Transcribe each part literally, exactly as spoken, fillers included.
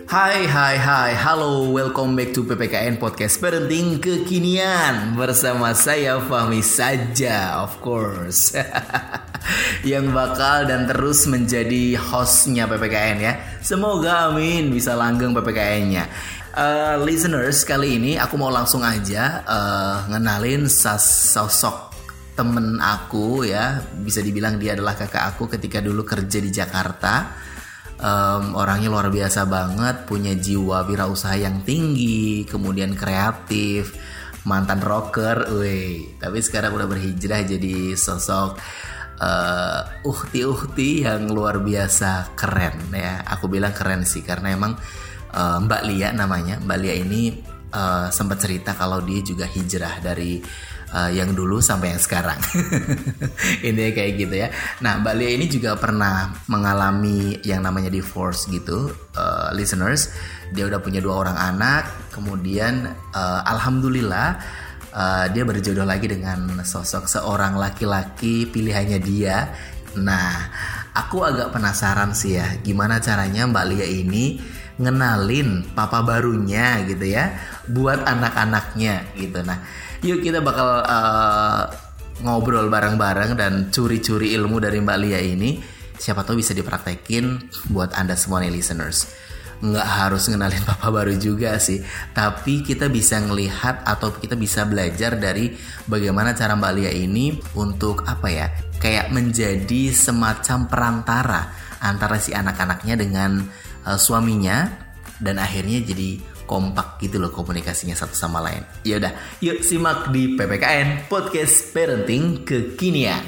Hai hai hai, halo, welcome back to P P K N Podcast Parenting Kekinian. Bersama saya Fahmi saja, of course. Yang bakal dan terus menjadi hostnya P P K N ya. Semoga amin bisa langgeng P P K N-nya. uh, Listeners, kali ini aku mau langsung aja uh, ngenalin sas- sosok temen aku ya. Bisa dibilang dia adalah kakak aku ketika dulu kerja di Jakarta. Um, orangnya luar biasa banget, punya jiwa wirausaha yang tinggi, kemudian kreatif, mantan rocker, weh. Tapi sekarang udah berhijrah jadi sosok uh, uhti-uhti yang luar biasa keren ya. Aku bilang keren sih karena emang uh, Mbak Lia namanya. Mbak Lia ini uh, sempat cerita kalau dia juga hijrah dari Uh, yang dulu sampai yang sekarang. Ini kayak gitu ya. Nah, Mbak Lia ini juga pernah mengalami yang namanya divorce gitu, uh, listeners. Dia udah punya dua orang anak. Kemudian uh, alhamdulillah uh, dia berjodoh lagi dengan sosok seorang laki-laki pilihannya dia. Nah, aku agak penasaran sih ya, gimana caranya Mbak Lia ini ngenalin papa barunya gitu ya buat anak-anaknya gitu. Nah, yuk kita bakal uh, ngobrol bareng-bareng dan curi-curi ilmu dari Mbak Lia ini. Siapa tahu bisa dipraktekin buat Anda semua nih listeners. Nggak harus ngenalin papa baru juga sih, tapi kita bisa ngelihat atau kita bisa belajar dari bagaimana cara Mbak Lia ini untuk apa ya, kayak menjadi semacam perantara antara si anak-anaknya dengan uh, suaminya, dan akhirnya jadi kompak gitu loh komunikasinya satu sama lain. Yaudah, yuk simak di P P K N Podcast Parenting Kekinian.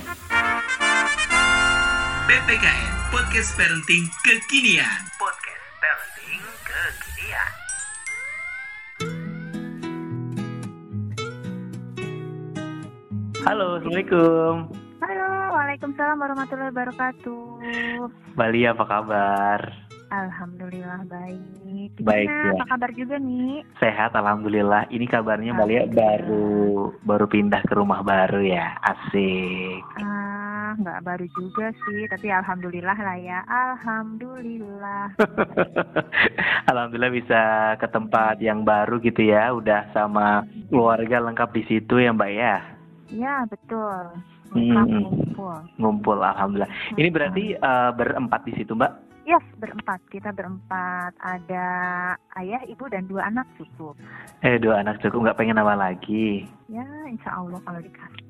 P P K N Podcast Parenting Kekinian. Podcast Parenting Kekinian. Halo, Assalamualaikum. Halo, waalaikumsalam warahmatullahi wabarakatuh. Mbak Lia, apa kabar? Alhamdulillah baik. Gimana, Baik ya. apa kabar juga nih? Sehat, alhamdulillah. Ini kabarnya Mbak Lia baru baru pindah ke rumah baru ya, asik. Ah, nggak baru juga sih, tapi alhamdulillah lah ya, alhamdulillah. Alhamdulillah bisa ke tempat yang baru gitu ya, udah sama keluarga lengkap di situ ya Mbak ya. Ya betul. Lengkap Hmm. ngumpul. Ngumpul, alhamdulillah. Ini berarti uh, berempat di situ Mbak? Yes, berempat. Kita berempat. Ada ayah, ibu, dan dua anak cukup. Eh, dua anak cukup, nggak pengen nambah lagi? Ya, insya Allah kalau dikasih.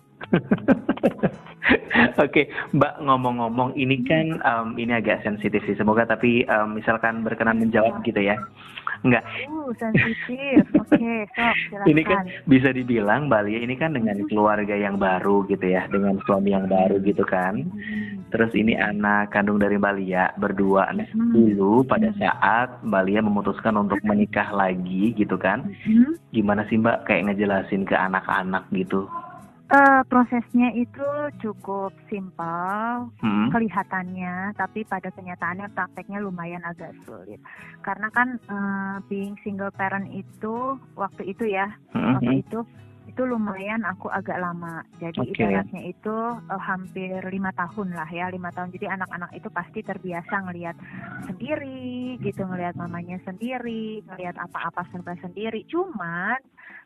Oke, Mbak, ngomong-ngomong ini kan um, ini agak sensitif sih. Semoga tapi um, misalkan berkenan menjawab gitu ya. Enggak. Uh, sensitif. Oke, sok silakan. Ini kan bisa dibilang Mbak Lia ini kan dengan keluarga yang baru gitu ya, dengan suami yang baru gitu kan. Terus ini anak kandung dari Mbak Lia berdua. Nah, dulu pada saat Mbak Lia memutuskan untuk menikah lagi gitu kan. Gimana sih Mbak kayak ngejelasin ke anak-anak gitu? Uh, prosesnya itu cukup simpel Hmm. kelihatannya, tapi pada kenyataannya prakteknya lumayan agak sulit. Karena kan uh, being single parent itu waktu itu ya, Hmm. waktu itu itu lumayan aku agak lama. Jadi Oke. ibaratnya itu uh, hampir lima tahun lah ya, lima tahun. Jadi anak-anak itu pasti terbiasa ngelihat sendiri, gitu, ngelihat mamanya sendiri, ngelihat apa-apa serba sendiri. Cuman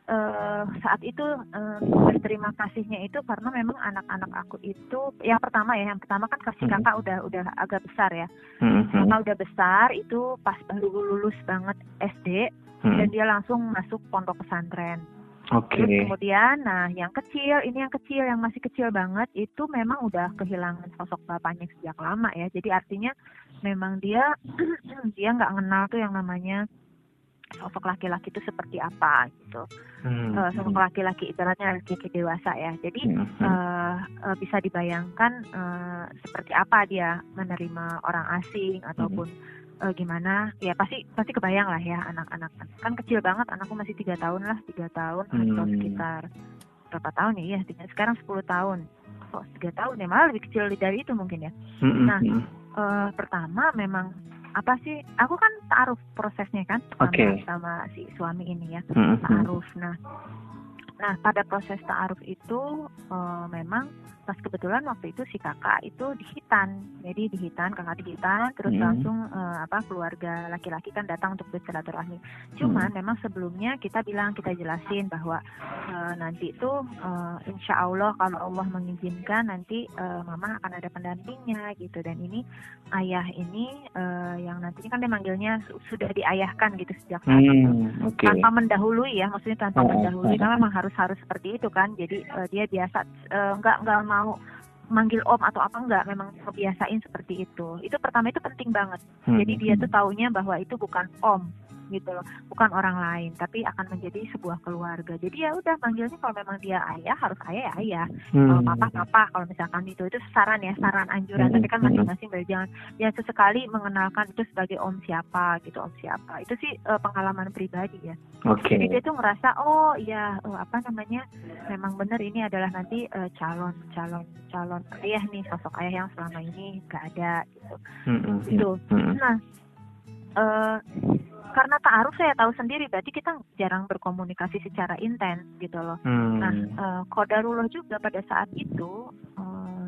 Uh, saat itu uh, berterima kasihnya itu karena memang anak-anak aku itu yang pertama ya, yang pertama kan kasih Hmm. kakak udah udah agak besar ya, Hmm. kakak udah besar itu pas baru lulus banget S D Hmm. dan dia langsung masuk pondok pesantren. Oke. Terus kemudian, nah yang kecil ini yang kecil yang masih kecil banget itu memang udah kehilangan sosok bapaknya sejak lama ya. Jadi artinya memang dia dia nggak kenal tuh yang namanya sosok laki-laki itu seperti apa gitu. Hmm. Uh, sosok laki-laki ibaratnya laki-laki dewasa ya. Jadi Hmm. uh, uh, bisa dibayangkan uh, seperti apa dia menerima orang asing ataupun uh, gimana. Ya pasti pasti kebayang lah ya anak-anak. Kan kecil banget, anakku masih tiga tahun lah, tiga tahun atau Hmm. sekitar berapa tahun ya? Ya tiga, sekarang sepuluh tahun. Kok tiga tahun ya, malah lebih kecil dari itu mungkin ya. Hmm. Nah, Hmm. uh, pertama memang apa sih, aku kan ta'aruf prosesnya kan sama, Oke. sama si suami ini ya, Hmm. ta'aruf. Nah, nah pada proses ta'aruf itu uh, memang pas kebetulan waktu itu si kakak itu di Hitan, jadi di Hitan, kakak di Hitan, terus Hmm. langsung eh, apa keluarga laki-laki kan datang untuk bersilaturahmi. Cuman memang sebelumnya kita bilang, kita jelasin bahwa eh, nanti itu eh, insya Allah kalau Allah mengizinkan nanti eh, mama akan ada pendampingnya gitu, dan ini ayah ini eh, yang nantinya kan dia manggilnya su- sudah diayahkan gitu sejak saat itu. Hmm, oke. Tanpa mendahului ya, maksudnya tanpa Oh, mendahului, oh. karena memang harus harus seperti itu kan. Jadi eh, dia biasa eh, nggak nggak mau manggil om atau apa, enggak, memang kebiasain seperti itu. Itu pertama itu penting banget. Hmm, Jadi dia hmm. tuh taunya bahwa itu bukan om gitu loh, bukan orang lain, tapi akan menjadi sebuah keluarga. Jadi ya udah manggilnya kalau memang dia ayah harus ayah ya ayah, kalau Hmm. papa papa, kalau misalkan itu itu saran ya, saran anjuran. Hmm, Tapi kan hmm. masing-masing jangan ya sesekali mengenalkan itu sebagai om siapa gitu, om siapa. Itu sih eh, pengalaman pribadi ya. Oke. Jadi dia tuh ngerasa oh iya oh, apa namanya, memang benar ini adalah nanti eh, calon calon calon ayah nih, sosok ayah yang selama ini nggak ada gitu. Hmm, hmm, Gitu. hmm. Nah eh, karena ta'aruf saya tahu sendiri, berarti kita jarang berkomunikasi secara intens gitu loh. Hmm. Nah eh, qadarullah juga pada saat itu eh,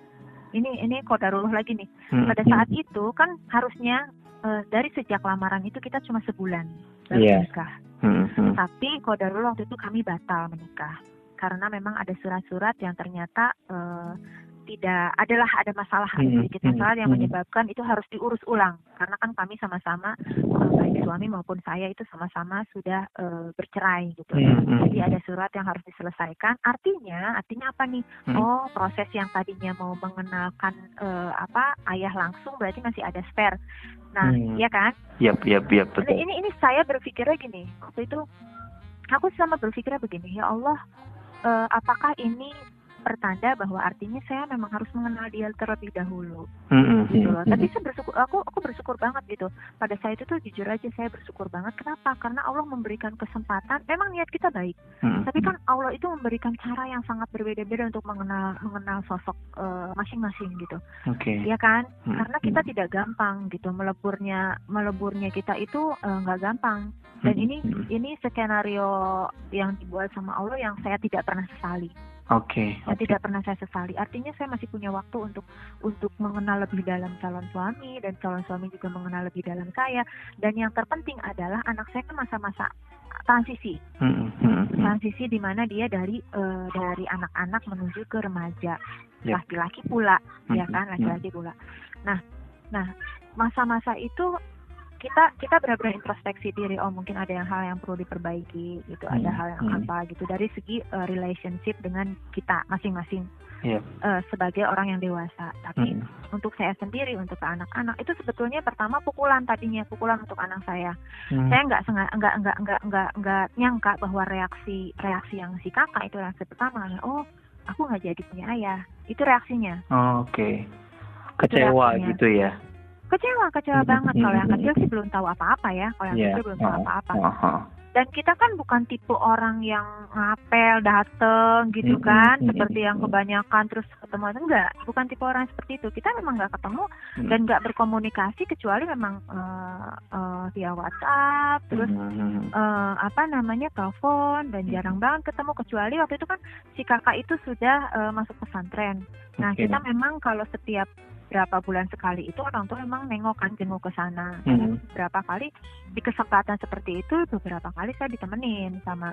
ini ini qadarullah lagi nih. Hmm, Pada hmm. saat itu kan harusnya eh, dari sejak lamaran itu kita cuma sebulan baru Iya. menikah. Hmm, hmm. Tapi qadarullah waktu itu kami batal menikah karena memang ada surat-surat yang ternyata eh, tidak adalah ada masalah, ada Hmm, sedikit hmm, masalah yang hmm. menyebabkan itu harus diurus ulang, karena kan kami sama-sama eh, baik suami maupun saya itu sama-sama sudah eh, bercerai gitu. Hmm, hmm. Jadi ada surat yang harus diselesaikan. Artinya, artinya apa nih? Hmm. Oh, proses yang tadinya mau mengenalkan eh, apa ayah langsung berarti masih ada spare. Nah, Hmm. iya kan? Yap, yap, yap, Ini, betul. ini ini saya berpikirnya gini, waktu itu aku sama berpikirnya begini, ya Allah, eh, apakah ini pertanda bahwa artinya saya memang harus mengenal dia terlebih dahulu Hmm, hmm, gitu hmm, loh. hmm. Tapi saya bersyukur, aku aku bersyukur banget gitu. Pada saat itu tuh jujur aja saya bersyukur banget. Kenapa? Karena Allah memberikan kesempatan. Memang niat kita baik, Hmm, tapi kan Allah itu memberikan cara yang sangat berbeda-beda untuk mengenal mengenal sosok eh, masing-masing gitu. Oke. Iya kan? Hmm, Karena kita tidak gampang gitu meleburnya meleburnya kita itu eh, nggak gampang. Dan Hmm, ini hmm. ini skenario yang dibuat sama Allah yang saya tidak pernah sesali. Oke. Yang Oke. tidak pernah saya sesali. Artinya saya masih punya waktu untuk untuk mengenal lebih dalam calon suami, dan calon suami juga mengenal lebih dalam saya. Dan yang terpenting adalah anak saya kan masa-masa transisi, Hmm, hmm, hmm. transisi di mana dia dari eh, dari anak-anak menuju ke remaja, Yap. laki-laki pula, ya Hmm, kan, hmm. laki-laki pula. Nah, nah masa-masa itu kita kita benar-benar introspeksi diri. Oh, mungkin ada yang hal yang perlu diperbaiki gitu, ada Hmm, hal yang hmm. apa gitu dari segi eh, relationship dengan kita masing-masing Yap. eh, sebagai orang yang dewasa. Tapi Hmm. untuk saya sendiri, untuk ke anak-anak itu sebetulnya pertama pukulan, tadinya pukulan untuk anak saya. Hmm. Saya nggak sengaja nggak nggak nggak nggak nggak nyangka bahwa reaksi reaksi yang si kakak itu reaksi pertama, oh aku nggak jadi punya ayah, itu reaksinya. Oh, Oke. Kecewa reaksinya. gitu ya. Kecewa, kecewa Hmm, banget. hmm, Kalau yang hmm. kecil sih belum tahu apa-apa ya. Kalau yang Iya. kecil belum tahu Oh, apa-apa. oh, oh. Dan kita kan bukan tipe orang yang ngapel, dateng gitu Hmm, kan, hmm, seperti yang hmm. kebanyakan terus ketemu. Enggak, bukan tipe orang seperti itu. Kita memang nggak ketemu Hmm. dan nggak berkomunikasi kecuali memang eh, eh, via WhatsApp, terus Hmm, hmm. eh, apa namanya telepon, dan Hmm. jarang banget ketemu. Kecuali waktu itu kan si kakak itu sudah eh, masuk pesantren. Nah Oke. kita memang kalau setiap berapa bulan sekali itu orang tua memang nengok kan, jenguk ke sana. Hmm. Berapa kali di kesempatan seperti itu, beberapa kali saya ditemenin sama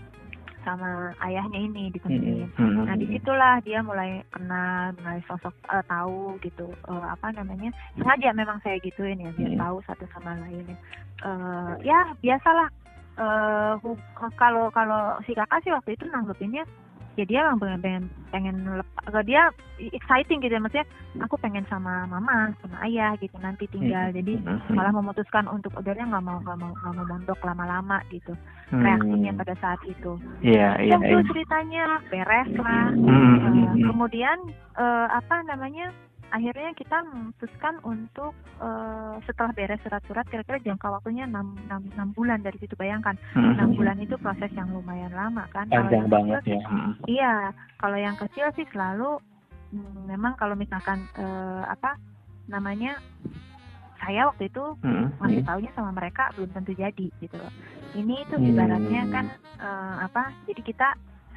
sama ayahnya ini, ditemenin. Hmm, hmm, Nah hmm. disitulah dia mulai kenal, mulai sosok eh, tahu gitu eh, apa namanya, sengaja memang saya gituin ya biar Hmm. tahu satu sama lain. Eh, ya biasalah eh, hu- kalau kalau si kakak sih waktu itu nanggepinnya ya dia memang pengen pengen, pengen lep- kalau dia exciting gitu ya, maksudnya aku pengen sama mama sama ayah gitu nanti tinggal. Jadi Hmm, hmm. malah memutuskan untuk udahnya nggak mau nggak mau nggak mau mondok lama-lama gitu. Hmm. Reaksinya pada saat itu. Iya, iya, Yang iya. itu ceritanya beres lah. Hmm, Eh, hmm, hmm. kemudian eh, apa namanya? Akhirnya kita memutuskan untuk eh, setelah beres surat-surat, kira-kira jangka waktunya enam bulan dari situ. Bayangkan Hmm, enam hmm. bulan itu proses yang lumayan lama kan. Kalau Panjang yang banget kecil ya. sih- Hmm. Iya, kalau yang kecil sih selalu mm, memang kalau misalkan eh, apa namanya, saya waktu itu Hmm, masih hmm. taunya sama mereka belum tentu jadi gitu loh. Ini itu Hmm. ibaratnya kan eh, apa? Jadi kita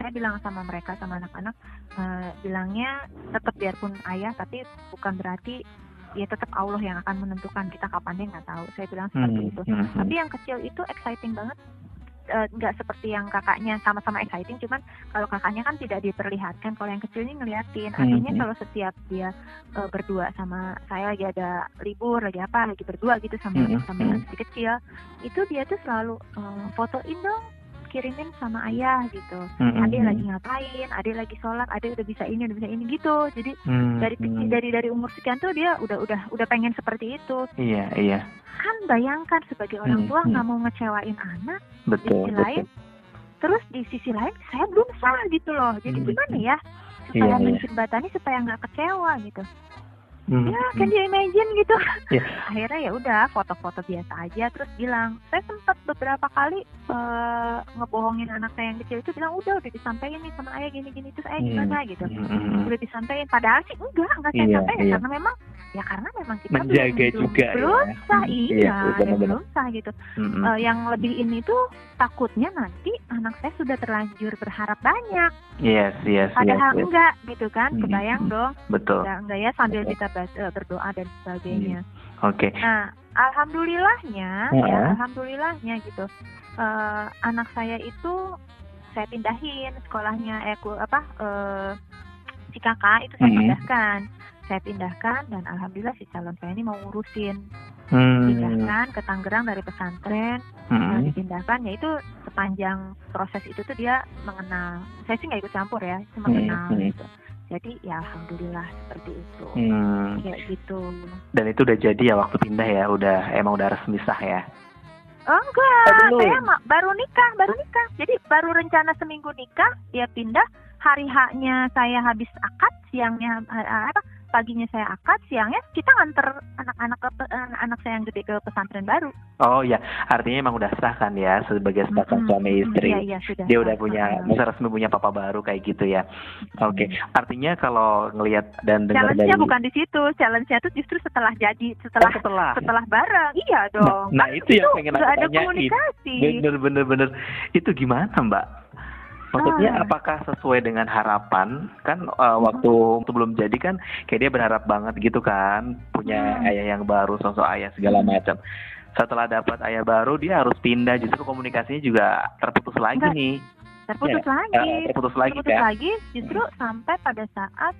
saya bilang sama mereka, sama anak-anak, uh, bilangnya tetap biarpun ayah, tapi bukan berarti ya tetap Allah yang akan menentukan kita kapan, dia nggak tahu. Saya bilang seperti Hmm, itu. hmm, hmm. Tapi yang kecil itu exciting banget. Eh, nggak seperti yang kakaknya, sama-sama exciting, cuman kalau kakaknya kan tidak diperlihatkan, kalau yang kecil ini ngeliatin. Artinya Mhm. kalau setiap dia eh, berdua sama saya, lagi ada libur, lagi apa, lagi berdua gitu sama Mhm. sama si kecil, itu dia tuh selalu eh, fotoin dong, kirimin sama ayah gitu. Mhm. Adik lagi ngapain, adik lagi sholat, adik udah bisa ini, udah bisa ini gitu. Jadi Hmm, dari kecil, hmm. dari dari umur sekian tuh dia udah udah udah pengen seperti itu. Iya, iya. Kan bayangkan sebagai orang Hmm, tua hmm. nggak mau ngecewain anak, di Betul, sisi lain betul. terus di sisi lain saya belum sah gitu loh. Jadi Hmm. gimana ya Iya, supaya iya. menjembatani supaya nggak kecewa gitu. Hmm, Ya hmm. can you imagine gitu. Iya. Akhirnya ya udah foto-foto biasa aja, terus bilang, saya sempat beberapa kali eh, ngebohongin anak saya yang kecil itu, bilang udah udah disampaikan nih sama ayah gini-gini, terus ayah gimana gitu. Hmm, hmm. Udah disampaikan, padahal sih enggak enggak saya Iya, sampaikan iya. karena memang ya karena memang kita Menjaga belum, belum, juga ya. belum sah, Hmm, iya, iya, dan benar-benar. belum sah gitu. Hmm, Eh, yang lebih ini tuh takutnya nanti anak saya sudah terlanjur berharap banyak, Yes, yes, yes, padahal yes. enggak gitu kan. Hmm, Kebayang hmm. dong, Betul. enggak, enggak ya sambil Betul. kita bas- eh, berdoa dan sebagainya. Oke. Nah, alhamdulillahnya Heeh. ya, alhamdulillahnya gitu. Eh, anak saya itu saya pindahin sekolahnya, eh ku- apa eh, si kakak itu saya Mhm. pindahkan. Saya pindahkan dan alhamdulillah si calon saya ini mau ngurusin. Hmm. Pindahkan ke Tangerang dari pesantren. Nah, Hmm. dipindahkan, yaitu sepanjang proses itu tuh dia mengenal. Saya sih nggak ikut campur ya, cuma Hmm, kenal hmm. gitu. Jadi ya alhamdulillah seperti itu. Hmm. Kayak gitu. Dan itu udah jadi ya waktu pindah ya, udah emang udah resmi sah ya. Oh enggak, Oh, belum. saya ma- baru nikah, baru nikah. Jadi baru rencana seminggu nikah, dia pindah. Hari H-nya saya habis akad, siangnya eh, apa? Paginya saya akad, siangnya kita nganter anak-anak ke pe- anak-anak saya yang gede ke pesantren baru. Oh ya, artinya emang udah sah kan ya sebagai sepasang Mm-mm, suami mm-mm, istri. Iya, iya, sudah. Dia udah sah. punya, Uh, masa resmi punya papa baru kayak gitu ya. Oke, mm. artinya kalau ngelihat dan dengar Challenge-nya dari bukan di situ, challenge-nya tuh justru setelah jadi, setelah Oh, setelah. setelah bareng. Iya dong. Nah, Kan itu yang pengen aku nggak ada tanyain. komunikasi. Bener bener bener. Itu gimana Mbak? Maksudnya Ah. apakah sesuai dengan harapan? Kan uh, waktu sebelum jadi kan kayak dia berharap banget gitu kan, punya Hmm. ayah yang baru, sosok ayah segala macam. Setelah dapat ayah baru dia harus pindah, justru komunikasinya juga terputus lagi Enggak. nih. Terputus Ya, lagi. uh, terputus lagi terputus kan. lagi justru sampai pada saat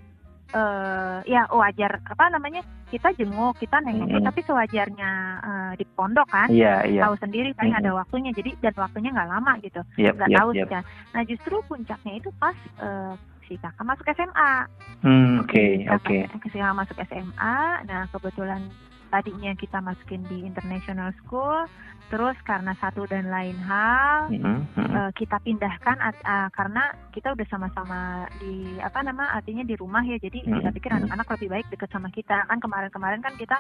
eh ya wajar apa namanya, kita jenguk, kita nengok, Mm-mm. tapi sewajarnya eh, di pondok kan, Iya, iya. tahu sendiri kan Mm-mm. ada waktunya, jadi dan waktunya nggak lama gitu, Yep, nggak yep, tahu yep. sih kan. Nah justru puncaknya itu pas eh, si kakak masuk S M A. Hmm, oke, oke. Kakak si kakak masuk S M A, nah kebetulan tadinya kita masukin di international school, terus karena satu dan lain hal Mm-mm, mm-mm. eh, kita pindahkan at- ah, karena kita udah sama-sama di apa nama artinya di rumah ya, jadi Hmm, kita pikir hmm. anak-anak lebih baik dekat sama kita kan. Kemarin-kemarin kan kita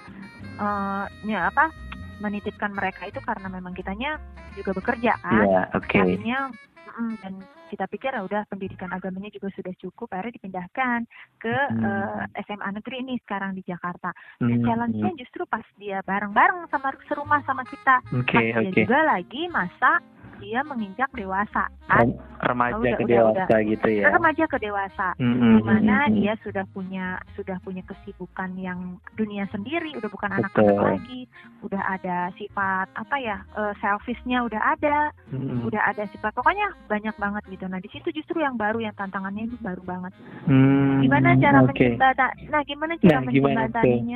eh, ya apa menitipkan mereka itu karena memang kitanya juga bekerja kan. Iya, oke. Artinya mm, dan kita pikir ya udah pendidikan agamanya juga sudah cukup, akhirnya dipindahkan ke Hmm. eh, S M A negeri ini sekarang di Jakarta. Hmm, Nah, challenge-nya justru pas dia bareng-bareng sama serumah sama kita. Oke, Pas dia oke. juga lagi masa dia menginjak dewasa kan. Rem- Remaja Udah, ke udah, dewasa gitu ya. Remaja ke dewasa. Mm-mm, Di mana mm-mm. dia sudah punya sudah punya kesibukan yang dunia sendiri, udah bukan Betul. anak-anak lagi, udah ada sifat apa ya eh, selfishnya udah ada, Mm-mm. udah ada sifat, pokoknya banyak banget gitu. Nah di situ justru yang baru, yang tantangannya itu baru banget. Hmm, Gimana cara oke. menjembatan? Nah gimana cara Nah, gimana tuh? menjembataninya?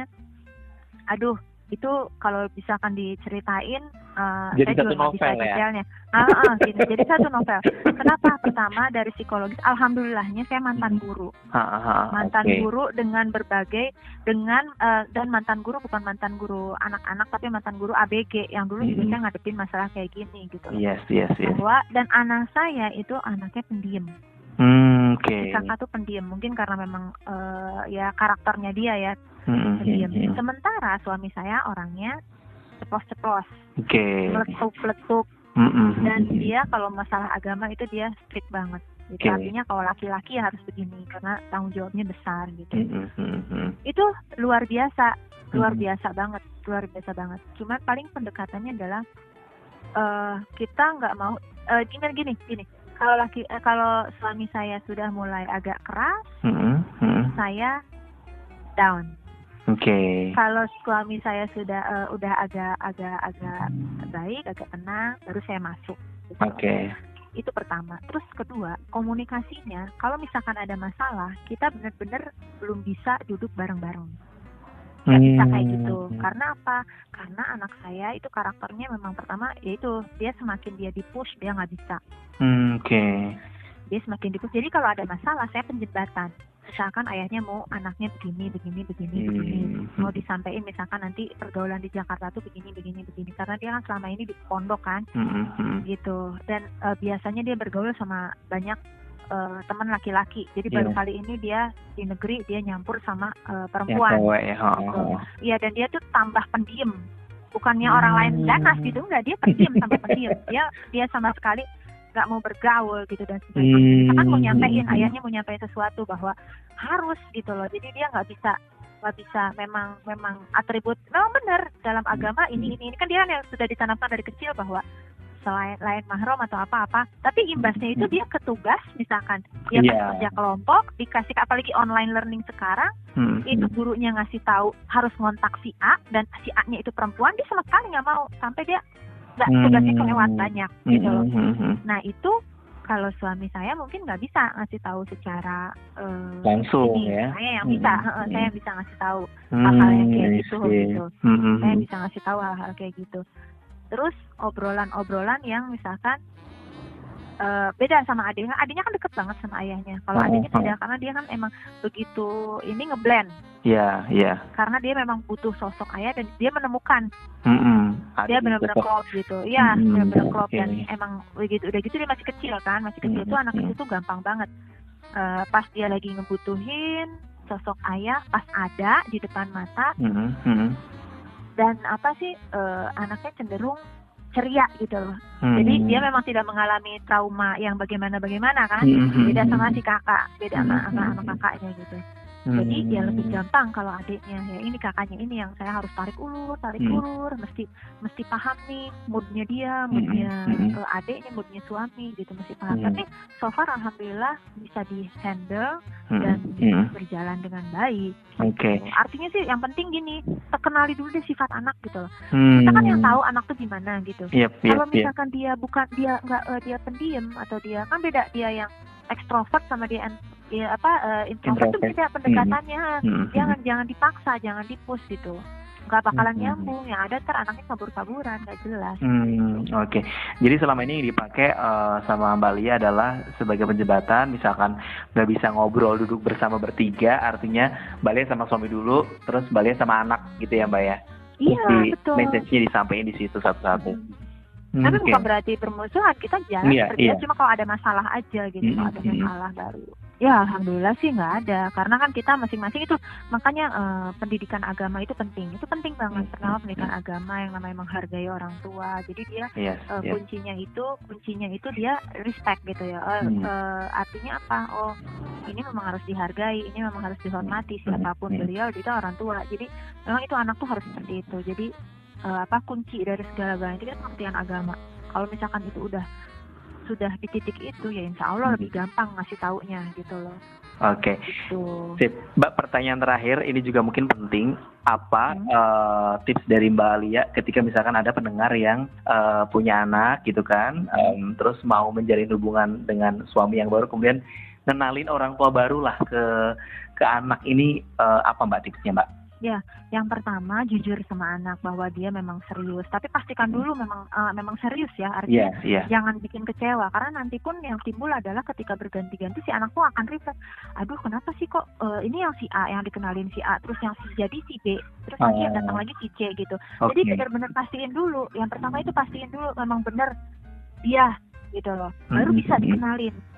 Aduh, itu kalau misalkan diceritain, eh, Jadi saya satu juga nggak bisa novel ya? detailnya. Ah, ah, gini, jadi satu novel. Kenapa? Pertama dari psikologis, alhamdulillahnya saya mantan guru, Ha, ha, ha, mantan oke. guru dengan berbagai, dengan eh, dan mantan guru bukan mantan guru anak-anak, tapi mantan guru A B G yang dulu juga Mm-mm. saya ngadepin masalah kayak gini gitu. Yes, yes, yes. Bahwa dan anak saya itu anaknya pendiam. Hmm, oke. Si kakak tuh pendiam, mungkin karena memang eh, ya karakternya dia ya Mm-mm, pendiam. mm-mm. Sementara suami saya orangnya ceplos-ceplos, Oke. meletup-letup, Mm-mm, dan mm-mm. dia kalau masalah agama itu dia strict banget. Gitu. Oke. Artinya kalau laki-laki harus begini karena tanggung jawabnya besar gitu. Mm-mm, mm-mm. Itu luar biasa, luar Mm-mm. biasa banget, luar biasa banget. Cuman paling pendekatannya adalah eh kita nggak mau eh, gini gini gini. kalau laki eh, kalau suami saya sudah mulai agak keras, Hmm, hmm. saya down. Oke. Okay. Kalau suami saya sudah uh, udah agak agak agak baik, agak tenang, baru saya masuk. Gitu. Oke. Okay. Itu pertama. Terus kedua, komunikasinya. Kalau misalkan ada masalah, kita benar-benar belum bisa duduk bareng-bareng. Nggak bisa kayak gitu. Karena apa? Karena anak saya itu karakternya memang pertama, yaitu dia semakin dia di-push, dia nggak bisa. Hmm, Oke. Okay. Dia semakin di-push. Jadi kalau ada masalah, saya penjembatan. Misalkan ayahnya mau anaknya begini, begini, begini, Hmm. begini. Mau disampaikan misalkan nanti pergaulan di Jakarta tuh begini, begini, begini. Karena dia kan selama ini di pondok kan, Hmm, hmm. gitu. Dan uh, biasanya dia bergaul sama banyak uh, teman laki-laki. Jadi Yeah. baru kali ini dia di negeri dia nyampur sama uh, Yang perempuan. cewek ya. Oh, Gitu. oh. Iya, dan dia tuh tambah pendiam. Bukannya Hmm. orang lain ganas gitu, enggak, dia pendiam tambah pendiam. Dia dia sama sekali nggak mau bergaul gitu dan sebagainya. Hmm. Misalkan mau nyampein, ayahnya mau nyampein sesuatu bahwa harus gitu loh. Jadi dia nggak bisa nggak bisa memang memang atribut memang benar dalam agama ini ini ini kan dia kan yang sudah ditanamkan dari kecil bahwa selain lain mahram atau apa-apa, tapi imbasnya itu dia ketugas misalkan dia Iya. pas kerja kelompok dikasih apalagi online learning sekarang Hmm, itu gurunya ngasih tahu harus ngontak si A dan si A-nya itu perempuan, dia sama sekali nggak mau sampai dia nggak Hmm. tugasnya kelewat banyak gitu loh. hmm, hmm, hmm. Nah itu kalau suami saya mungkin nggak bisa ngasih tahu secara eh, Langsung ini. ya. Saya yang bisa, Hmm, heeh, hmm. saya yang bisa ngasih tahu Hmm, hal-hal yang kayak I gitu, see. gitu. Hmm, hmm, Saya hmm. bisa ngasih tahu hal-hal kayak gitu. Terus obrolan-obrolan yang misalkan eh, beda sama adiknya. Adiknya kan deket banget sama ayahnya. Kalau Oh, adiknya oh. tidak, karena dia kan emang begitu ini ngeblend. Iya, iya. Karena dia memang butuh sosok ayah dan dia menemukan Hmm, hmm. dia Ada benar-benar sosok. klop gitu. Iya, Hmm, benar-benar klop oke. dan emang begitu udah gitu dia masih kecil kan, masih kecil Hmm, tuh anak hmm. kecil tuh gampang banget. Eh, pas dia lagi ngebutuhin sosok ayah pas ada di depan mata Hmm, hmm. dan apa sih eh, anaknya cenderung ceria gitu loh. Hmm. Jadi dia memang tidak mengalami trauma yang bagaimana-bagaimana kan. Hmm, hmm, Beda sama hmm. si kakak, beda sama Hmm, sama, hmm, sama hmm. kakaknya gitu. Hmm. Jadi dia lebih gampang kalau adiknya ya ini kakaknya ini yang saya harus tarik ulur, tarik Hmm. ulur, mesti mesti paham nih moodnya dia, moodnya Hmm. eh, adiknya, moodnya suami gitu mesti paham. Hmm. Tapi so far alhamdulillah bisa di handle Hmm, dan hmm. berjalan dengan baik. Oke. Artinya sih yang penting gini, kenali dulu deh sifat anak gitu loh. Hmm. Kita kan yang tahu anak tuh gimana gitu. Yep, yep, Kalau yep. misalkan dia bukan dia nggak eh, dia pendiam atau dia kan beda dia yang ekstrovert sama dia en- dia apa eh, introvert tuh Introvert. beda pendekatannya. Hmm. Jangan jangan dipaksa, jangan dipush gitu. Nggak bakalan Hmm. nyambung. Yang ada ntar anaknya kabur-kaburan, nggak jelas. Hmm, oke. Jadi selama ini yang dipakai eh, sama Mbak Lia adalah sebagai penjembatan, misalkan nggak bisa ngobrol duduk bersama bertiga, artinya Mbak Lia sama suami dulu, terus Mbak Lia sama anak gitu ya Mbak ya? Iya, Terus di- betul. message-nya disampaikan di situ satu-satu. Hmm, Tapi oke. bukan berarti bermusuhan, kita jalan Iya, kerja iya. cuma kalau ada masalah aja gitu, Mm, kalau ada mm, mm. masalah baru. Ya alhamdulillah sih nggak ada, karena kan kita masing-masing itu makanya eh, pendidikan agama itu penting, itu penting banget. Mm, Pertama mm, pendidikan agama yang namanya menghargai orang tua, jadi dia Yes, eh, yes. kuncinya itu kuncinya itu dia respect gitu ya. Eh, Hmm. eh, artinya apa? Oh ini memang harus dihargai, ini memang harus dihormati Hmm, siapapun hmm. beliau, itu orang tua. Jadi memang itu anak tuh harus seperti itu. Jadi eh, apa kunci dari segala galanya itu kan pengertian agama. Kalau misalkan itu udah sudah di titik itu ya insya Allah Hmm. lebih gampang ngasih taunya gitu loh. Oke. Gitu. Sip. Mbak, pertanyaan terakhir ini juga mungkin penting. Apa Hmm. eh, tips dari Mbak Lia ketika misalkan ada pendengar yang eh, punya anak gitu kan, em, terus mau menjalin hubungan dengan suami yang baru, kemudian ngenalin orang tua baru lah ke ke anak ini, eh, apa Mbak tipsnya Mbak? Ya, yang pertama jujur sama anak bahwa dia memang serius. Tapi pastikan dulu memang eh, memang serius ya. Artinya Iya, iya. jangan bikin kecewa karena nanti pun yang timbul adalah ketika berganti-ganti si anak tuh akan refleks. Aduh, kenapa sih kok eh, ini yang si A yang dikenalin si A, terus yang si jadi si B, terus nanti yang Oh. datang lagi si C gitu. Oke. Jadi benar-benar pastiin dulu. Yang pertama itu pastiin dulu memang benar dia gitu loh. Baru Hmm, bisa hmm. dikenalin.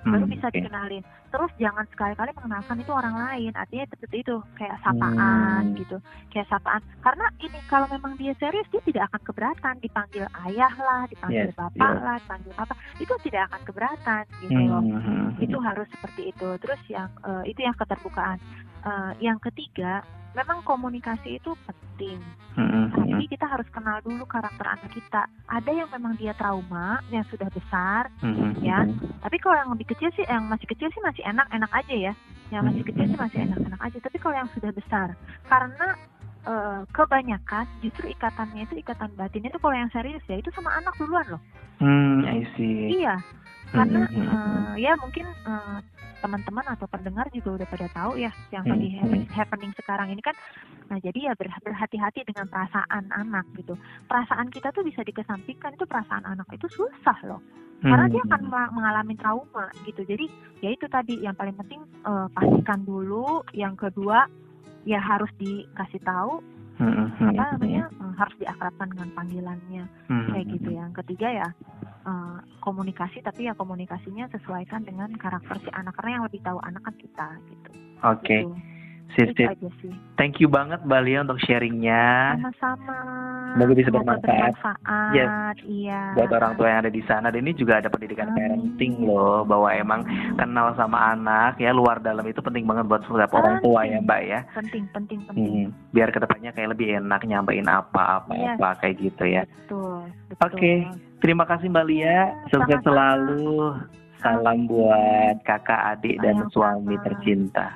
baru Hmm, bisa oke. dikenalin. Terus jangan sekali-kali mengenalkan itu orang lain, artinya seperti itu kayak sapaan Hmm. gitu, kayak sapaan. Karena ini kalau memang dia serius dia tidak akan keberatan dipanggil ayah lah, dipanggil Yes, bapak yes. lah, dipanggil apa, itu tidak akan keberatan gitu Hmm, loh. hmm, hmm. Itu harus seperti itu. Terus yang eh, itu yang keterbukaan. Eh, yang ketiga, memang komunikasi itu penting. Hmm, hmm, hmm. Tapi kita harus kenal dulu karakter anak kita. Ada yang memang dia trauma, yang sudah besar. Hmm, hmm, Ya. hmm. Tapi kalau yang lebih kecil sih, yang masih kecil sih masih enak-enak aja ya. Yang masih Hmm. kecil sih masih enak-enak aja. Tapi kalau yang sudah besar, karena eh, kebanyakan justru ikatannya itu ikatan batin itu kalau yang serius ya itu sama anak duluan loh. Hmm, I see. Iya. Karena Hmm, hmm, hmm. eh, ya mungkin eh, teman-teman atau pendengar juga udah pada tahu ya yang Hmm, lagi happen- hmm. happening sekarang ini kan. Nah jadi ya ber- berhati-hati dengan perasaan anak gitu. Perasaan kita tuh bisa dikesampingkan, itu perasaan anak itu susah loh. Karena dia akan ma- mengalami trauma gitu. Jadi ya itu tadi yang paling penting eh, pastikan dulu. Yang kedua ya harus dikasih tahu Hmm, hmm, apa hmm. namanya eh, harus diakrabkan dengan panggilannya Hmm, kayak hmm, gitu. Yang ketiga ya eh, komunikasi, tapi ya komunikasinya sesuaikan dengan karakter si anak, karena yang lebih tahu anak kan kita gitu. Oke, Gitu. Sis, Itu Sis. aja sih. Thank you banget Mbak Lia untuk sharingnya. Sama-sama. Semoga bisa Semoga bermanfaat. bermanfaat. Yes. Iya. Buat orang tua yang ada di sana, dan ini juga ada pendidikan Amin. parenting loh, bahwa emang kenal sama anak ya luar dalam itu penting banget buat setiap orang tua ya Mbak ya. Penting, penting, penting. Hmm, biar kedepannya kayak lebih enak nyampein apa-apa Yes. apa kayak gitu ya. Betul, betul. Oke, terima kasih Mbak Lia. Sukses Sama-sama. selalu. Salam Amin. buat kakak, adik, dan Sayang suami sama. tercinta.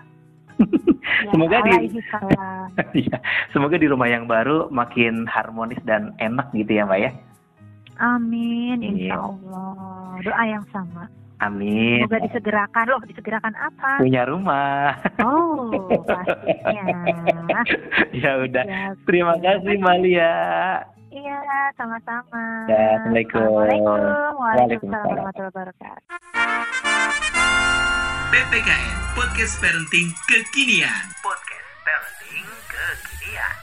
Ya, Semoga di alaihi salam. Iya, semoga di rumah yang baru makin harmonis dan enak gitu ya Mbak ya. Amin, insya Iya. Allah. Doa yang sama. Amin. Semoga disegerakan. Loh, disegerakan apa? Punya rumah. Oh, pastinya. Ya udah. Ya, Terima kasih Mbak Lia. Iya, sama-sama. Ya, Assalamualaikum. Assalamualaikum. Waalaikumsalam. Waalaikumsalam warahmatullahi wabarakatuh. P P K N Podcast Parenting Kekinian. Podcast Parenting Kekinian.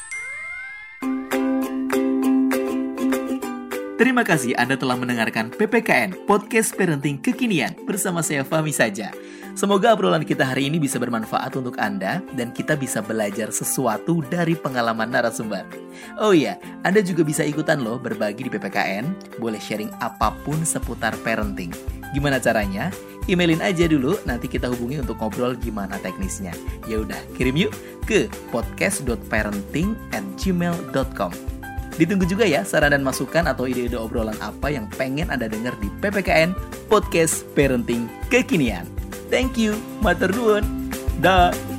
Terima kasih Anda telah mendengarkan P P K N Podcast Parenting Kekinian bersama saya Fahmi Saja. Semoga obrolan kita hari ini bisa bermanfaat untuk Anda dan kita bisa belajar sesuatu dari pengalaman narasumber. Oh iya, Anda juga bisa ikutan loh berbagi di P P K N, boleh sharing apapun seputar parenting. Gimana caranya? Emailin aja dulu, nanti kita hubungi untuk ngobrol gimana teknisnya. Ya udah, kirim yuk ke podcast dot parenting at gmail dot com. Ditunggu juga ya saran dan masukan atau ide-ide obrolan apa yang pengen Anda dengar di P P K N Podcast Parenting Kekinian. Thank you, matur nuwun. Dah.